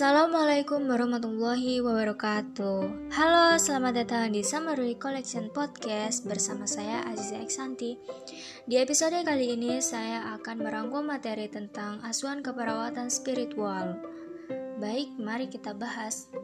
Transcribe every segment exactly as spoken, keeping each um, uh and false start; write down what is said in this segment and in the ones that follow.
Assalamualaikum warahmatullahi wabarakatuh. Halo, selamat datang di Summary Collection Podcast bersama saya Aziza Eksanti. Di episode kali ini saya akan merangkum materi tentang asuhan keperawatan spiritual. Baik, mari kita bahas.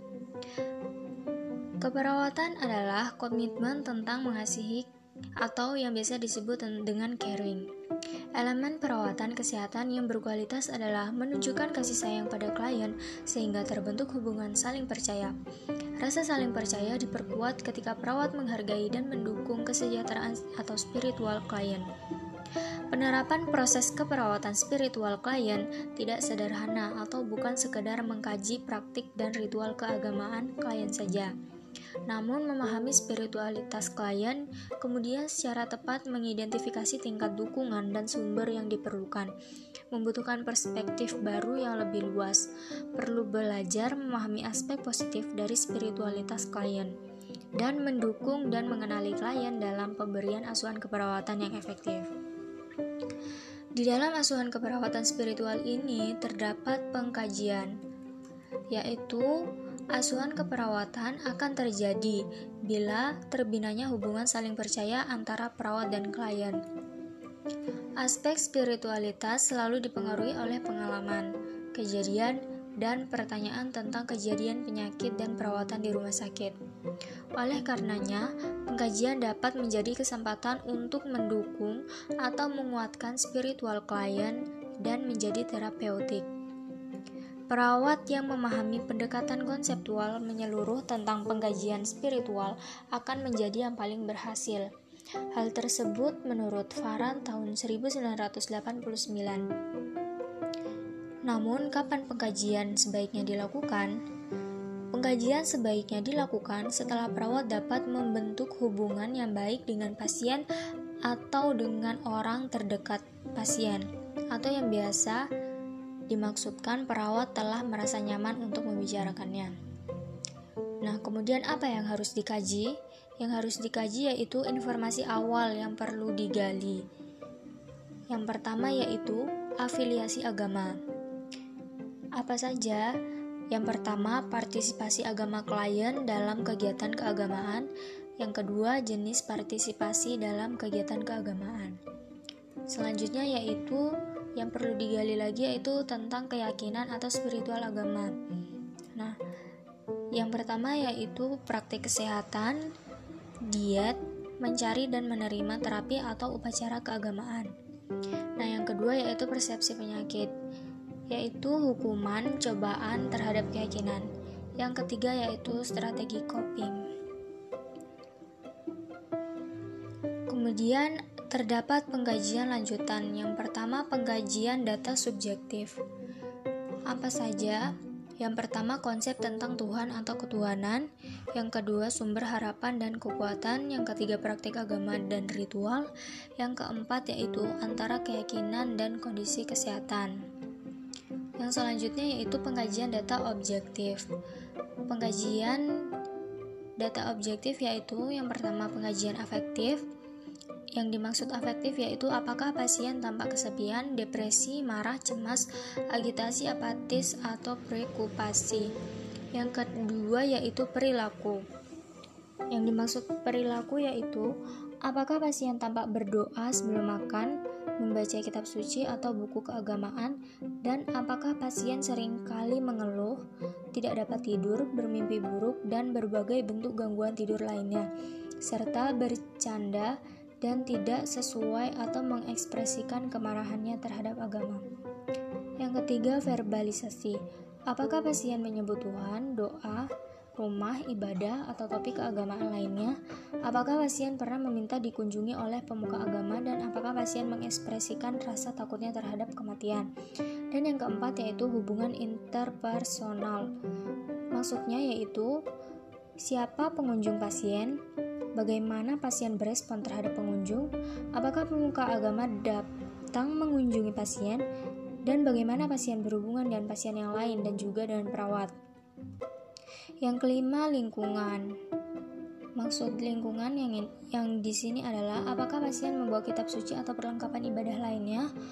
Keperawatan adalah komitmen tentang mengasihi atau yang biasa disebut dengan caring. Elemen perawatan kesehatan yang berkualitas adalah menunjukkan kasih sayang pada klien sehingga terbentuk hubungan saling percaya. Rasa saling percaya diperkuat ketika perawat menghargai dan mendukung kesejahteraan atau spiritual klien. Penerapan proses keperawatan spiritual klien tidak sederhana atau bukan sekedar mengkaji praktik dan ritual keagamaan klien saja. Namun memahami spiritualitas klien, kemudian secara tepat mengidentifikasi tingkat dukungan dan sumber yang diperlukan, membutuhkan perspektif baru yang lebih luas, perlu belajar memahami aspek positif dari spiritualitas klien, dan mendukung dan mengenali klien dalam pemberian asuhan keperawatan yang efektif. Di dalam asuhan keperawatan spiritual ini terdapat pengkajian, yaitu asuhan keperawatan akan terjadi bila terbinanya hubungan saling percaya antara perawat dan klien. Aspek spiritualitas selalu dipengaruhi oleh pengalaman, kejadian, dan pertanyaan tentang kejadian penyakit dan perawatan di rumah sakit. Oleh karenanya, pengkajian dapat menjadi kesempatan untuk mendukung atau menguatkan spiritual klien dan menjadi terapeutik. Perawat yang memahami pendekatan konseptual menyeluruh tentang pengkajian spiritual akan menjadi yang paling berhasil. Hal tersebut menurut Farhan tahun seribu sembilan ratus delapan puluh sembilan. Namun, kapan pengkajian sebaiknya dilakukan? Pengkajian sebaiknya dilakukan setelah perawat dapat membentuk hubungan yang baik dengan pasien atau dengan orang terdekat pasien, atau yang biasa dimaksudkan perawat telah merasa nyaman untuk membicarakannya. Nah, kemudian apa yang harus dikaji? Yang harus dikaji yaitu informasi awal yang perlu digali. Yang pertama yaitu afiliasi agama. Apa saja? Yang pertama, partisipasi agama klien dalam kegiatan keagamaan. Yang kedua, jenis partisipasi dalam kegiatan keagamaan. Selanjutnya yaitu yang perlu digali lagi yaitu tentang keyakinan atau spiritual agama. Nah, yang pertama yaitu praktik kesehatan, diet, mencari dan menerima terapi atau upacara keagamaan. Nah, yang kedua yaitu persepsi penyakit, yaitu hukuman, cobaan terhadap keyakinan. Yang ketiga yaitu strategi coping. Kemudian terdapat pengkajian lanjutan. Yang pertama, pengkajian data subjektif. Apa saja? Yang pertama, konsep tentang Tuhan atau ketuhanan. Yang kedua, sumber harapan dan kekuatan. Yang ketiga, praktik agama dan ritual. Yang keempat, yaitu antara keyakinan dan kondisi kesehatan. Yang selanjutnya yaitu pengkajian data objektif. Pengkajian data objektif yaitu yang pertama, pengkajian afektif. Yang dimaksud afektif yaitu apakah pasien tampak kesepian, depresi, marah, cemas, agitasi, apatis, atau preokupasi. Yang kedua yaitu perilaku. Yang dimaksud perilaku yaitu apakah pasien tampak berdoa sebelum makan, membaca kitab suci atau buku keagamaan, dan apakah pasien seringkali mengeluh, tidak dapat tidur, bermimpi buruk, dan berbagai bentuk gangguan tidur lainnya, serta bercanda dan tidak sesuai atau mengekspresikan kemarahannya terhadap agama. Yang ketiga, verbalisasi. Apakah pasien menyebut Tuhan, doa, rumah, ibadah, atau topik keagamaan lainnya? Apakah pasien pernah meminta dikunjungi oleh pemuka agama, dan apakah pasien mengekspresikan rasa takutnya terhadap kematian? Dan yang keempat yaitu hubungan interpersonal. Maksudnya yaitu siapa pengunjung pasien, bagaimana pasien berespon terhadap pengunjung, apakah pemuka agama datang mengunjungi pasien, dan bagaimana pasien berhubungan dengan pasien yang lain dan juga dengan perawat. Yang kelima, lingkungan. Maksud lingkungan yang yang di sini adalah apakah pasien membawa kitab suci atau perlengkapan ibadah lainnya,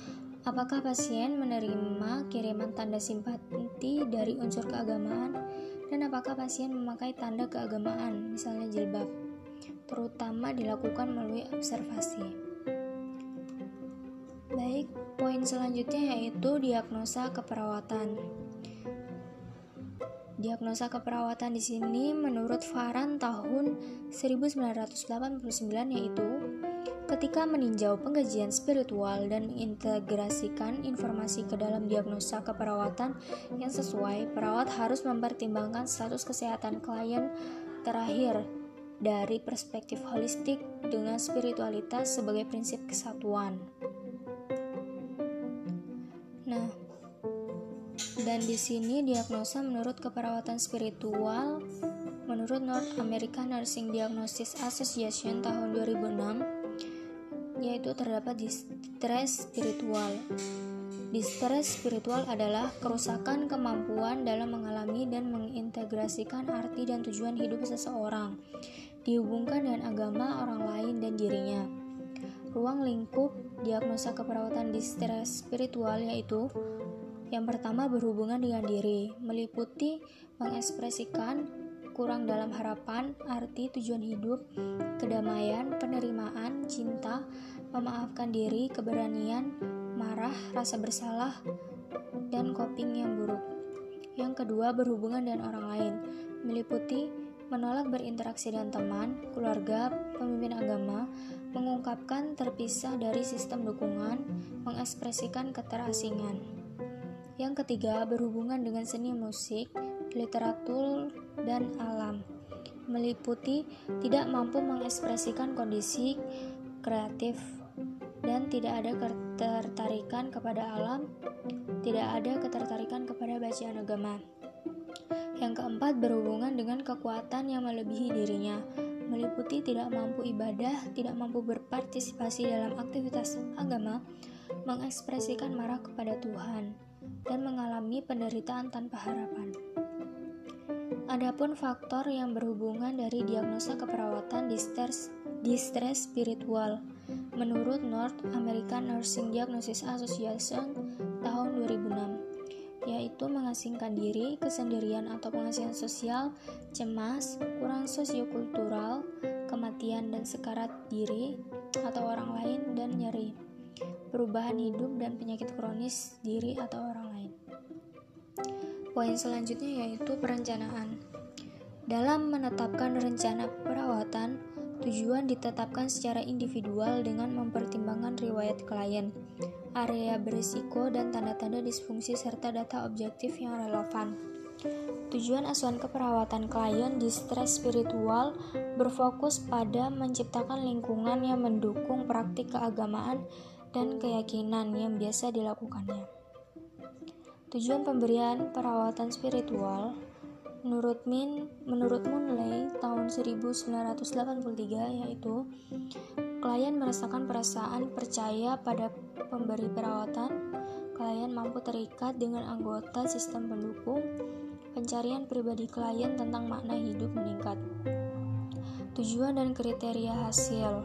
Apakah pasien menerima kiriman tanda simpati dari unsur keagamaan? Dan apakah pasien memakai tanda keagamaan, misalnya jilbab? Terutama dilakukan melalui observasi. Baik, poin selanjutnya yaitu diagnosa keperawatan. Diagnosa keperawatan di sini menurut Varan tahun seribu sembilan ratus delapan puluh sembilan yaitu ketika meninjau pengkajian spiritual dan mengintegrasikan informasi ke dalam diagnosa keperawatan yang sesuai, perawat harus mempertimbangkan status kesehatan klien terakhir dari perspektif holistik dengan spiritualitas sebagai prinsip kesatuan. Nah, dan di sini diagnosa menurut keperawatan spiritual menurut North American Nursing Diagnosis Association tahun dua ribu enam yaitu terdapat distress spiritual. Distress spiritual adalah kerusakan kemampuan dalam mengalami dan mengintegrasikan arti dan tujuan hidup seseorang, dihubungkan dengan agama orang lain dan dirinya. Ruang lingkup diagnosa keperawatan distress spiritual yaitu yang pertama berhubungan dengan diri, meliputi mengekspresikan kurang dalam harapan, arti, tujuan hidup, kedamaian, penerimaan, cinta, memaafkan diri, keberanian, marah, rasa bersalah, dan coping yang buruk. Yang kedua, berhubungan dengan orang lain, meliputi menolak berinteraksi dengan teman, keluarga, pemimpin agama, mengungkapkan terpisah dari sistem dukungan, mengekspresikan keterasingan. Yang ketiga, berhubungan dengan seni musik, literatur, dan alam, meliputi tidak mampu mengekspresikan kondisi kreatif dan tidak ada ketertarikan kepada alam, tidak ada ketertarikan kepada bacaan agama. Yang keempat, berhubungan dengan kekuatan yang melebihi dirinya, meliputi tidak mampu ibadah, tidak mampu berpartisipasi dalam aktivitas agama, mengekspresikan marah kepada Tuhan, dan mengalami penderitaan tanpa harapan. Adapun faktor yang berhubungan dari diagnosa keperawatan distress, distress spiritual menurut North American Nursing Diagnosis Association tahun dua ribu enam yaitu mengasingkan diri, kesendirian atau pengasihan sosial, cemas, kurang sosiokultural, kematian dan sekarat diri atau orang lain, dan nyeri, perubahan hidup dan penyakit kronis diri atau orang lain. Poin selanjutnya yaitu perencanaan. Dalam menetapkan rencana perawatan, tujuan ditetapkan secara individual dengan mempertimbangkan riwayat klien, area berisiko, dan tanda-tanda disfungsi serta data objektif yang relevan. Tujuan asuhan keperawatan klien distress spiritual berfokus pada menciptakan lingkungan yang mendukung praktik keagamaan dan keyakinan yang biasa dilakukannya. Tujuan pemberian perawatan spiritual menurut Min, menurut Munley tahun seribu sembilan ratus delapan puluh tiga yaitu klien merasakan perasaan percaya pada pemberi perawatan, klien mampu terikat dengan anggota sistem pendukung, pencarian pribadi klien tentang makna hidup meningkat. Tujuan dan kriteria hasil.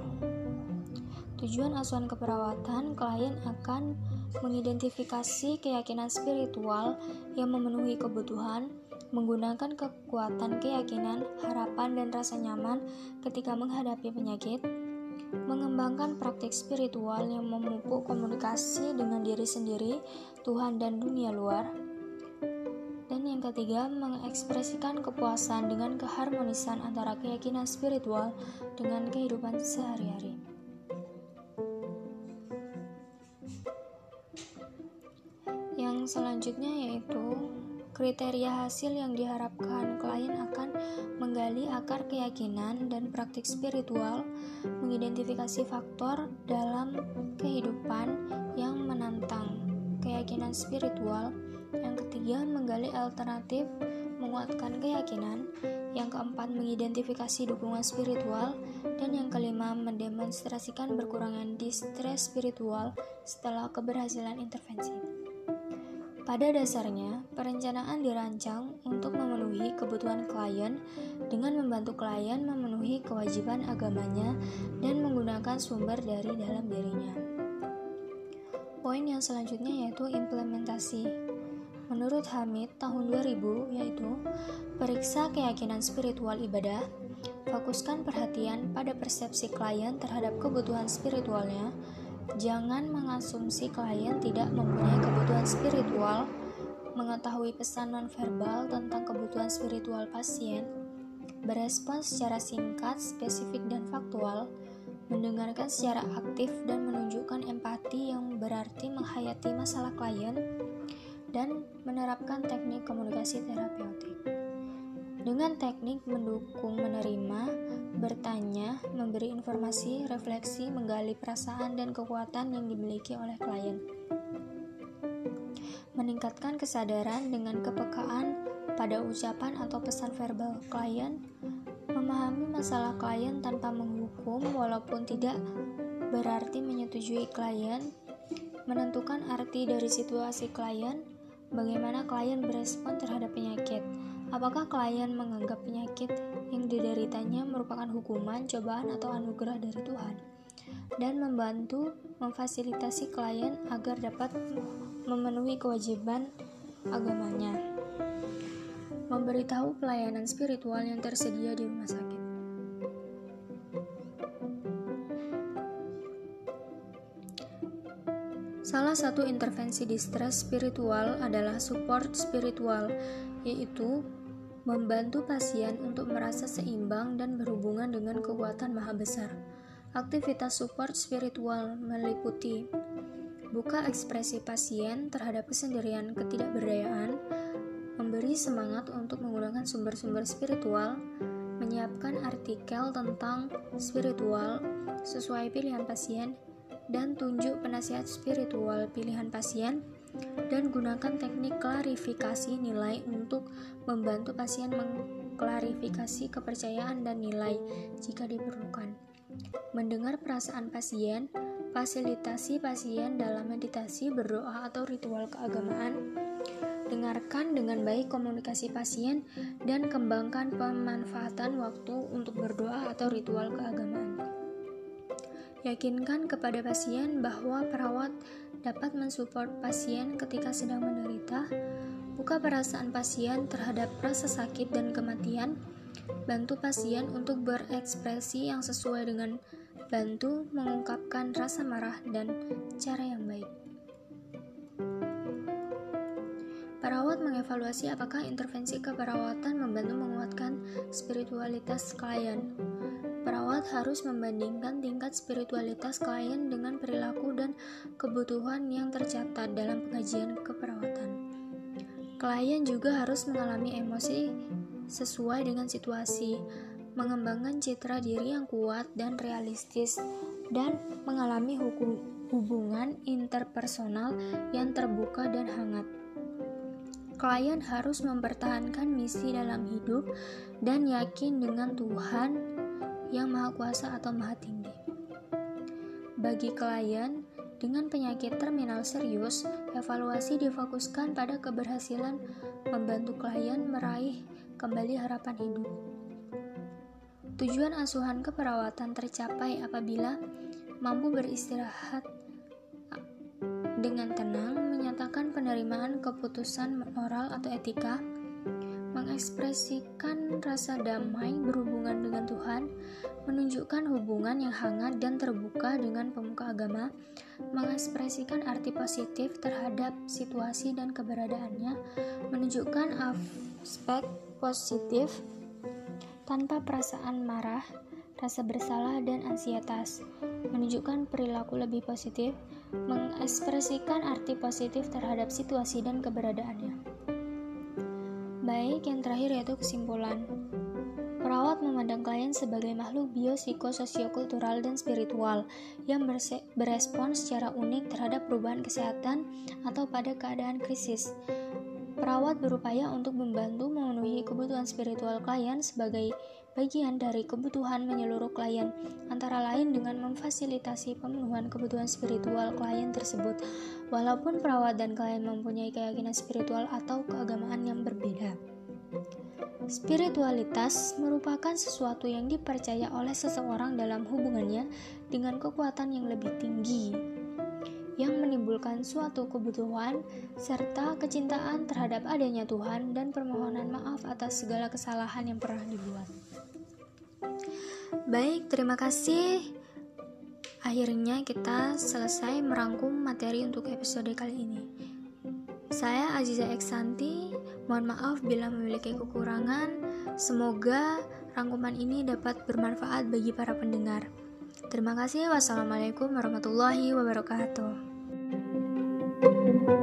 Tujuan asuhan keperawatan, klien akan mengidentifikasi keyakinan spiritual yang memenuhi kebutuhan, menggunakan kekuatan keyakinan, harapan, dan rasa nyaman ketika menghadapi penyakit, mengembangkan praktik spiritual yang memupuk komunikasi dengan diri sendiri, Tuhan, dan dunia luar. Dan yang ketiga, mengekspresikan kepuasan dengan keharmonisan antara keyakinan spiritual dengan kehidupan sehari-hari. Yang selanjutnya yaitu kriteria hasil yang diharapkan. Klien akan menggali akar keyakinan dan praktik spiritual, mengidentifikasi faktor dalam kehidupan yang menantang keyakinan spiritual. Yang ketiga, menggali alternatif, menguatkan keyakinan. Yang keempat, mengidentifikasi dukungan spiritual. Dan yang kelima, mendemonstrasikan berkurangnya distress spiritual setelah keberhasilan intervensi. Pada dasarnya, perencanaan dirancang untuk memenuhi kebutuhan klien dengan membantu klien memenuhi kewajiban agamanya dan menggunakan sumber dari dalam dirinya. Poin yang selanjutnya yaitu implementasi. Menurut Hamid tahun dua ribu, yaitu periksa keyakinan spiritual ibadah, fokuskan perhatian pada persepsi klien terhadap kebutuhan spiritualnya. Jangan mengasumsi klien tidak mempunyai kebutuhan spiritual. Mengetahui pesan nonverbal tentang kebutuhan spiritual pasien, berespons secara singkat, spesifik, dan faktual, mendengarkan secara aktif dan menunjukkan empati yang berarti menghayati masalah klien, dan menerapkan teknik komunikasi terapeutik. Dengan teknik mendukung menerima, bertanya, memberi informasi, refleksi, menggali perasaan dan kekuatan yang dimiliki oleh klien. Meningkatkan kesadaran dengan kepekaan pada ucapan atau pesan verbal klien, memahami masalah klien tanpa menghukum walaupun tidak berarti menyetujui klien, menentukan arti dari situasi klien, bagaimana klien berespon terhadap penyakit, apakah klien menganggap penyakit yang dideritanya merupakan hukuman, cobaan, atau anugerah dari Tuhan, dan membantu memfasilitasi klien agar dapat memenuhi kewajiban agamanya. Memberitahu pelayanan spiritual yang tersedia di rumah sakit. Salah satu intervensi distres spiritual adalah support spiritual, yaitu membantu pasien untuk merasa seimbang dan berhubungan dengan kekuatan Maha Besar. Aktivitas support spiritual meliputi buka ekspresi pasien terhadap kesendirian ketidakberdayaan, memberi semangat untuk menggunakan sumber-sumber spiritual, menyiapkan artikel tentang spiritual sesuai pilihan pasien, dan tunjuk penasihat spiritual pilihan pasien, dan gunakan teknik klarifikasi nilai untuk membantu pasien mengklarifikasi kepercayaan dan nilai jika diperlukan. Mendengar perasaan pasien, fasilitasi pasien dalam meditasi, berdoa, atau ritual keagamaan. Dengarkan dengan baik komunikasi pasien dan kembangkan pemanfaatan waktu untuk berdoa atau ritual keagamaan. Yakinkan kepada pasien bahwa perawat dapat mensupport pasien ketika sedang menderita. Buka perasaan pasien terhadap rasa sakit dan kematian. Bantu pasien untuk berekspresi yang sesuai dengan bantu mengungkapkan rasa marah dan cara yang baik. Perawat mengevaluasi apakah intervensi keperawatan membantu menguatkan spiritualitas klien. Perawat harus membandingkan tingkat spiritualitas klien dengan perilaku dan kebutuhan yang tercatat dalam pengajian keperawatan. Klien juga harus mengalami emosi sesuai dengan situasi, mengembangkan citra diri yang kuat dan realistis, dan mengalami hukum, hubungan interpersonal yang terbuka dan hangat. Klien harus mempertahankan misi dalam hidup dan yakin dengan Tuhan yang Maha Kuasa atau Maha Tinggi. Bagi klien dengan penyakit terminal serius, evaluasi difokuskan pada keberhasilan membantu klien meraih kembali harapan hidup. Tujuan asuhan keperawatan tercapai apabila mampu beristirahat dengan tenang, menyatakan penerimaan keputusan moral atau etika, mengekspresikan rasa damai berhubungan dengan Tuhan, menunjukkan hubungan yang hangat dan terbuka dengan pemuka agama, mengekspresikan arti positif terhadap situasi dan keberadaannya, menunjukkan aspek positif tanpa perasaan marah, rasa bersalah, dan ansietas, menunjukkan perilaku lebih positif, mengekspresikan arti positif terhadap situasi dan keberadaannya. Baik, yang terakhir yaitu kesimpulan. Perawat memandang klien sebagai makhluk biopsikososiokultural dan spiritual yang berespon secara unik terhadap perubahan kesehatan atau pada keadaan krisis. Perawat berupaya untuk membantu memenuhi kebutuhan spiritual klien sebagai bagian dari kebutuhan menyeluruh klien, antara lain dengan memfasilitasi pemenuhan kebutuhan spiritual klien tersebut, walaupun perawat dan klien mempunyai keyakinan spiritual atau keagamaan yang berbeda. Spiritualitas merupakan sesuatu yang dipercaya oleh seseorang dalam hubungannya dengan kekuatan yang lebih tinggi. yang menimbulkan suatu kebutuhan serta kecintaan terhadap adanya Tuhan dan permohonan maaf atas segala kesalahan yang pernah dibuat. Baik, terima kasih. Akhirnya kita selesai merangkum materi untuk episode kali ini. Saya Aziza Eksanti, mohon maaf bila memiliki kekurangan. Semoga rangkuman ini dapat bermanfaat bagi para pendengar. Terima kasih. Wassalamualaikum warahmatullahi wabarakatuh.